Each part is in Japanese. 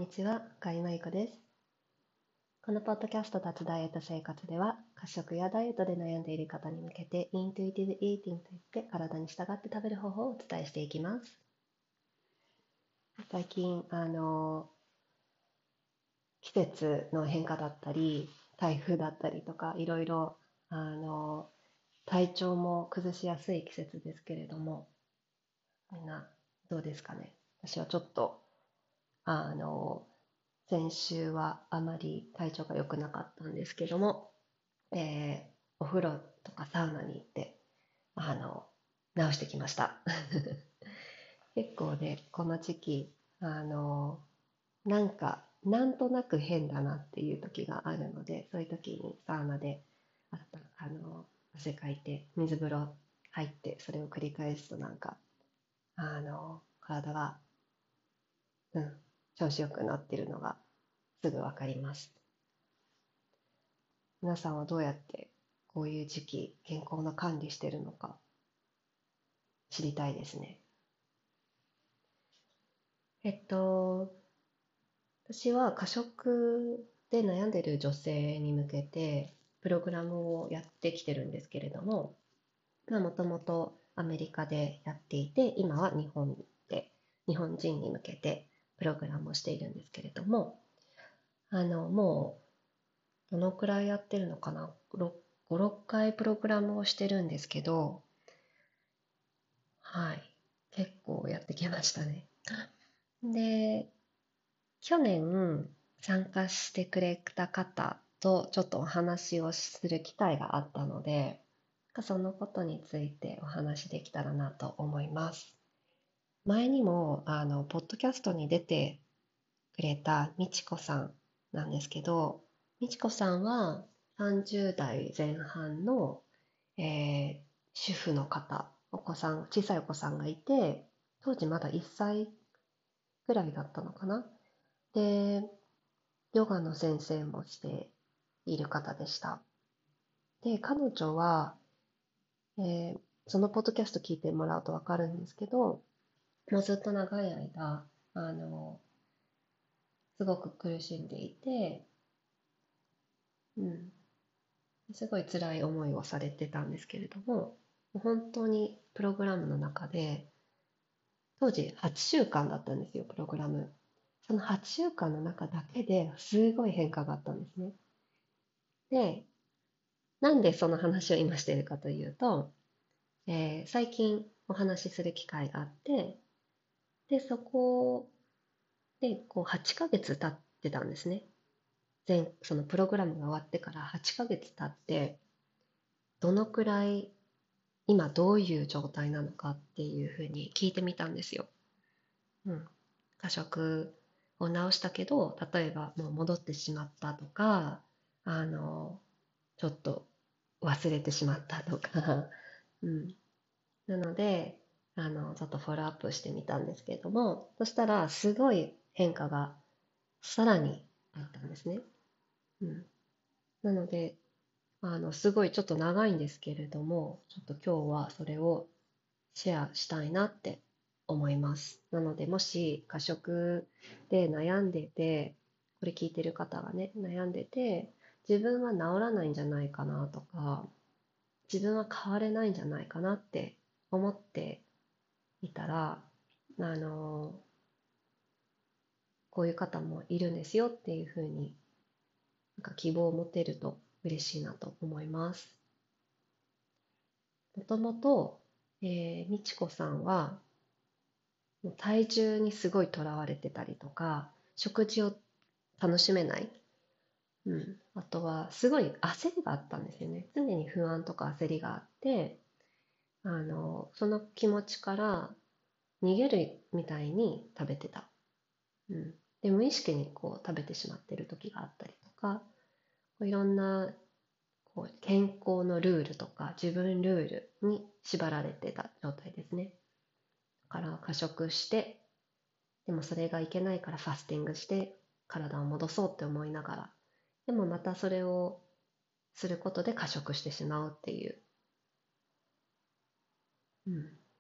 にちは、深井舞子です。このポッドキャスト脱ダイエット生活では、過食やダイエットで悩んでいる方に向けて、イントゥイティブイーティングといって体に従って食べる方法をお伝えしていきます。最近、季節の変化だったり、台風だったりとか、いろいろ、体調も崩しやすい季節ですけれども、みんなどうですかね。私はちょっと、あの、先週はあまり体調が良くなかったんですけども、お風呂とかサウナに行って、あの、直してきました。結構ね、この時期、なんとなく変だなっていう時があるので、そういう時にサウナで、汗かいて、水風呂入って、それを繰り返すと体が、調子よくなってるのがすぐわかります。皆さんはどうやってこういう時期健康の管理してるのか知りたいですね。えっと私は過食で悩んでる女性に向けてプログラムをやってきてるんですけれども、もともとアメリカでやっていて、今は日本人に向けてプログラムをしているんですけれども、もうどのくらいやってるのかな、5、6回プログラムをしてるんですけど、はい。結構やってきましたね。で、去年参加してくれた方とちょっとお話をする機会があったので、そのことについてお話できたらなと思います。前にも、ポッドキャストに出てくれたみちこさんなんですけど、みちこさんは30代前半の、主婦の方、小さいお子さんがいて、当時まだ1歳ぐらいだったのかな。で、ヨガの先生もしている方でした。で、彼女は、えーそのポッドキャスト聞いてもらうとわかるんですけど、もうずっと長い間、すごく苦しんでいて、うん、すごい辛い思いをされてたんですけれども、本当にプログラムの中で、当時8週間だったんですよ、プログラム。その8週間の中だけですごい変化があったんですね。で、なんでその話を今しているかというと、最近お話しする機会があって、で、そこでこう8ヶ月経ってたんですね。そのプログラムが終わってから8ヶ月経って、どのくらい今どういう状態なのかっていうふうに聞いてみたんですよ。うん。過食を治したけど、例えばもう戻ってしまったとか、ちょっと忘れてしまったとか、うん。なので、ちょっとフォローアップしてみたんですけれども、そしたらすごい変化がさらにあったんですね。うん。なので、すごいちょっと長いんですけれども、ちょっと今日はそれをシェアしたいなって思います。なので、もし過食で悩んでて、これ聞いてる方がね、悩んでて、自分は治らないんじゃないかなとか、自分は変われないんじゃないかなって思っていたら、あの、こういう方もいるんですよっていうふうに、希望を持てると嬉しいなと思います。もともと、みちこさんはもう体重にすごいとらわれてたりとか、食事を楽しめない。あとは、すごい焦りがあったんですよね。常に不安とか焦りがあって、その気持ちから逃げるみたいに食べてた。うん。で、無意識にこう食べてしまってる時があったりとか、いろんな健康のルールとか自分ルールに縛られてた状態ですね。だから過食して、でもそれがいけないからファスティングして体を戻そうって思いながら、でもまたそれをすることで過食してしまうっていう。うん。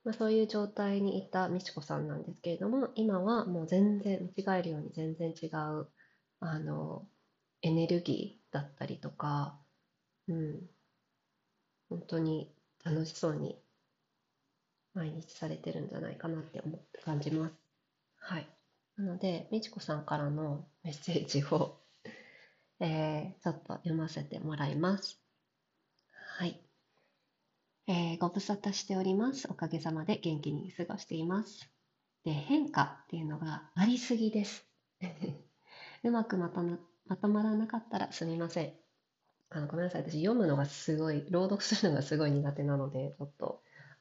そういう状態にいた美智子さんなんですけれども、今はもう全然見違えるように全然違うあのエネルギーだったりとか、うん、本当に楽しそうに毎日されてるんじゃないかなって感じます。はい。なので、美智子さんからのメッセージを、ちょっと読ませてもらいます。はい。ご無沙汰しております。おかげさまで元気に過ごしています。で、変化っていうのがありすぎです。うまくまとまらなかったらすみません。ごめんなさい。私読むのがすごい、朗読するのがすごい苦手なので、ちょっと、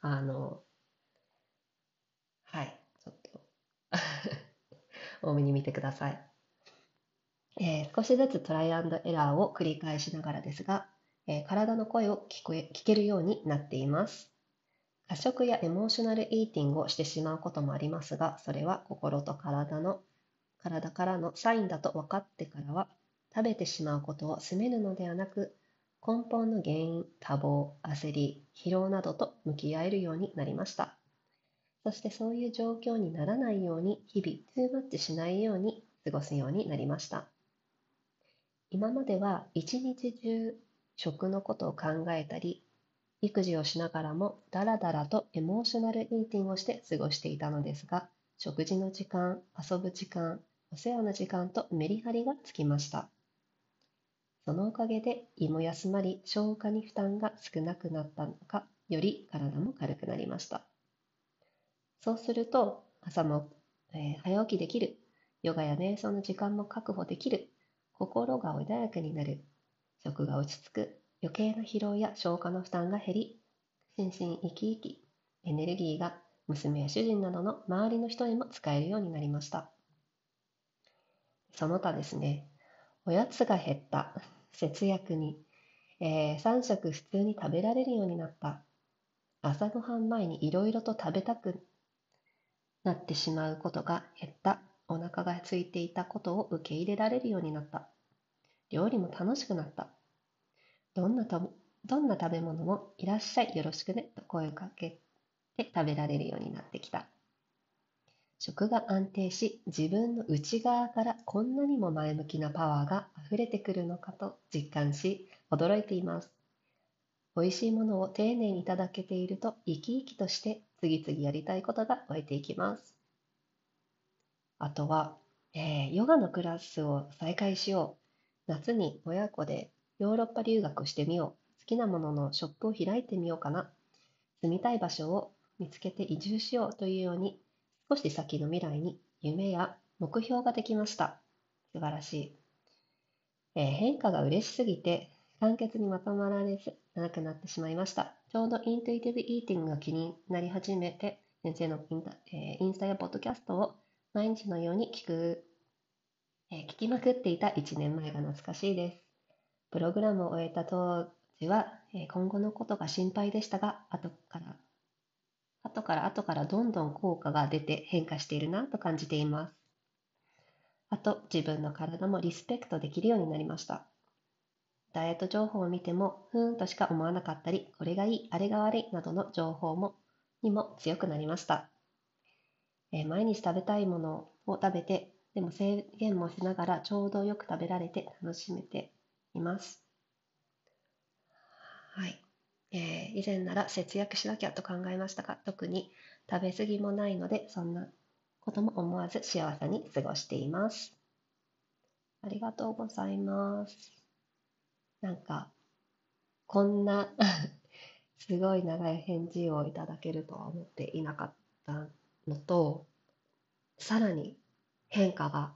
はい、ちょっと多めに見てください。少しずつトライアンドエラーを繰り返しながらですが、体の声を聞けるようになっています。過食やエモーショナルイーティングをしてしまうこともありますが、それは心と体からのサインだと分かってからは、食べてしまうことを責めるのではなく、根本の原因、多忙、焦り、疲労などと向き合えるようになりました。そしてそういう状況にならないように、日々トゥーマッチしないように過ごすようになりました。今までは一日中食のことを考えたり、育児をしながらもダラダラとエモーショナルイーティングをして過ごしていたのですが、食事の時間、遊ぶ時間、お世話の時間とメリハリがつきました。そのおかげで胃も休まり、消化に負担が少なくなったのか、より体も軽くなりました。そうすると、朝も、早起きできる、ヨガや瞑想の時間も確保できる、心が穏やかになる、食が落ち着く、余計な疲労や消化の負担が減り、心身生き生き、エネルギーが娘や主人などの周りの人にも使えるようになりました。その他ですね、おやつが減った、節約に、3食普通に食べられるようになった、朝ごはん前にいろいろと食べたくなってしまうことが減った、お腹が空いていたことを受け入れられるようになった、料理も楽しくなった、どんなとどんな食べ物もいらっしゃいよろしくねと声をかけて食べられるようになってきた。食が安定し、自分の内側からこんなにも前向きなパワーが溢れてくるのかと実感し、驚いています。美味しいものを丁寧にいただけていると生き生きとして次々やりたいことが湧いていきます。あとは、ヨガのクラスを再開しよう。夏に親子でヨーロッパ留学してみよう。好きなもののショップを開いてみようかな。住みたい場所を見つけて移住しようというように、少し先の未来に夢や目標ができました。素晴らしい。変化が嬉しすぎて、簡潔にまとまられず長くなってしまいました。ちょうどイントゥイティブイーティングが気になり始めて、先生のインスタやポッドキャストを毎日のように聞きまくっていた1年前が懐かしいです。プログラムを終えた当時は、今後のことが心配でしたが、後からどんどん効果が出て変化しているなと感じています。あと、自分の体もリスペクトできるようになりました。ダイエット情報を見ても、ふーんとしか思わなかったり、これがいい、あれが悪いなどの情報にも強くなりました。毎日食べたいものを食べて、でも制限もしながらちょうどよく食べられて楽しめています。はい。以前なら節約しなきゃと考えましたが、特に食べ過ぎもないので、そんなことも思わず幸せに過ごしています。ありがとうございます。なんか、こんなすごい長い返事をいただけるとは思っていなかったのと、さらに変化が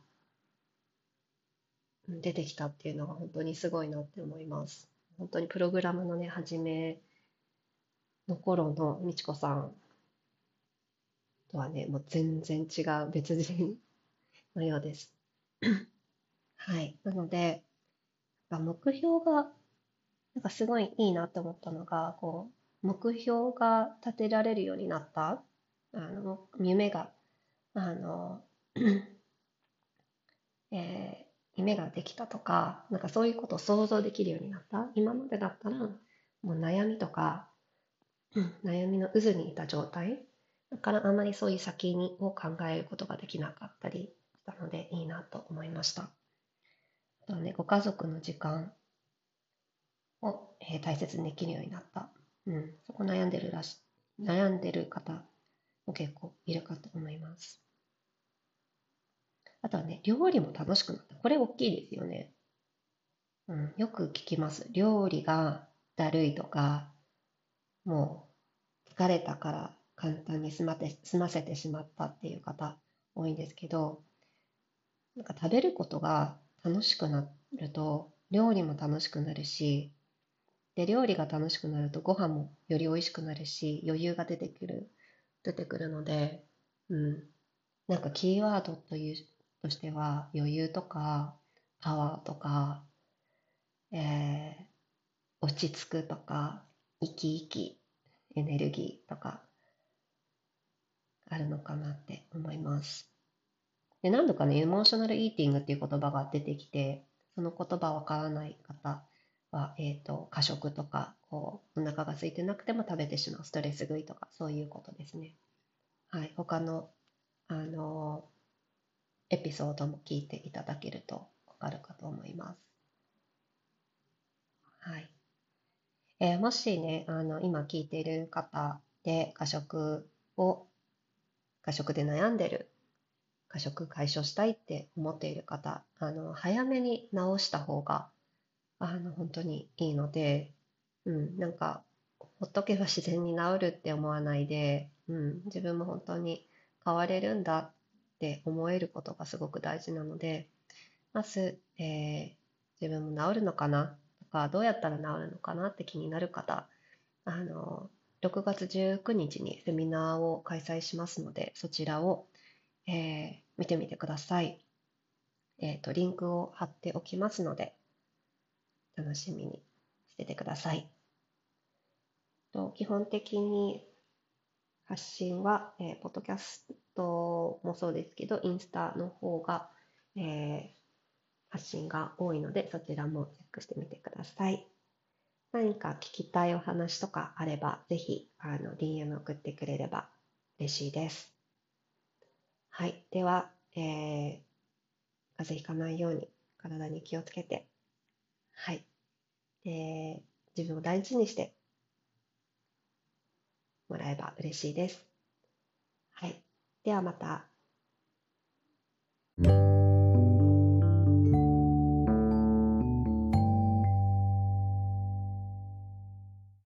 出てきたっていうのが本当にすごいなって思います。本当にプログラムのね、初めの頃のみちこさんとはね、もう全然違う別人のようです。はい。なので、目標が、なんかすごいいいなって思ったのが、目標が立てられるようになった、夢が、あの、夢ができたとか、なんかそういうことを想像できるようになった。今までだったら、もう悩みとか、悩みの渦にいた状態。 だからあんまりそういう先にを考えることができなかったりしたのでいいなと思いました。あとはね、ご家族の時間を、大切にできるようになった。そこ悩んでる方も結構いるかと思います。あとはね、料理も楽しくなった。これ大きいですよね。よく聞きます。料理がだるいとか、もう疲れたから簡単に済ませてしまったっていう方多いんですけど、なんか食べることが楽しくなると、料理も楽しくなるし、で、料理が楽しくなるとご飯もより美味しくなるし、余裕が出てくるので、うん。なんかキーワードとしては、余裕とか、パワーとか、落ち着くとか、生き生き、エネルギーとかあるのかなって思います。で、何度かね、エモーショナルイーティングっていう言葉が出てきて、その言葉わからない方は、過食とか、こう、お腹が空いてなくても食べてしまうストレス食いとか、そういうことですね。はい。他の、あの、エピソードも聞いていただけるとわかるかと思います。はい。もしね、今聞いている方でを、過食で悩んでる、過食解消したいって思っている方、早めに治した方が、本当にいいので、なんか、ほっとけば自然に治るって思わないで、自分も本当に変われるんだって思えることがすごく大事なので、まず、自分も治るのかなとか、どうやったら治るのかなって気になる方、6月19日にセミナーを開催しますので、そちらを、見てみてください。リンクを貼っておきますので、楽しみにしててください。基本的に発信は、ポッドキャストもそうですけど、インスタの方が、え発信が多いので、そちらもチェックしてみてください。何か聞きたいお話とかあれば、ぜひ、DM 送ってくれれば嬉しいです。はい。では、風邪ひかないように体に気をつけて、はい。自分を大事にしてもらえば嬉しいです。はい。ではまた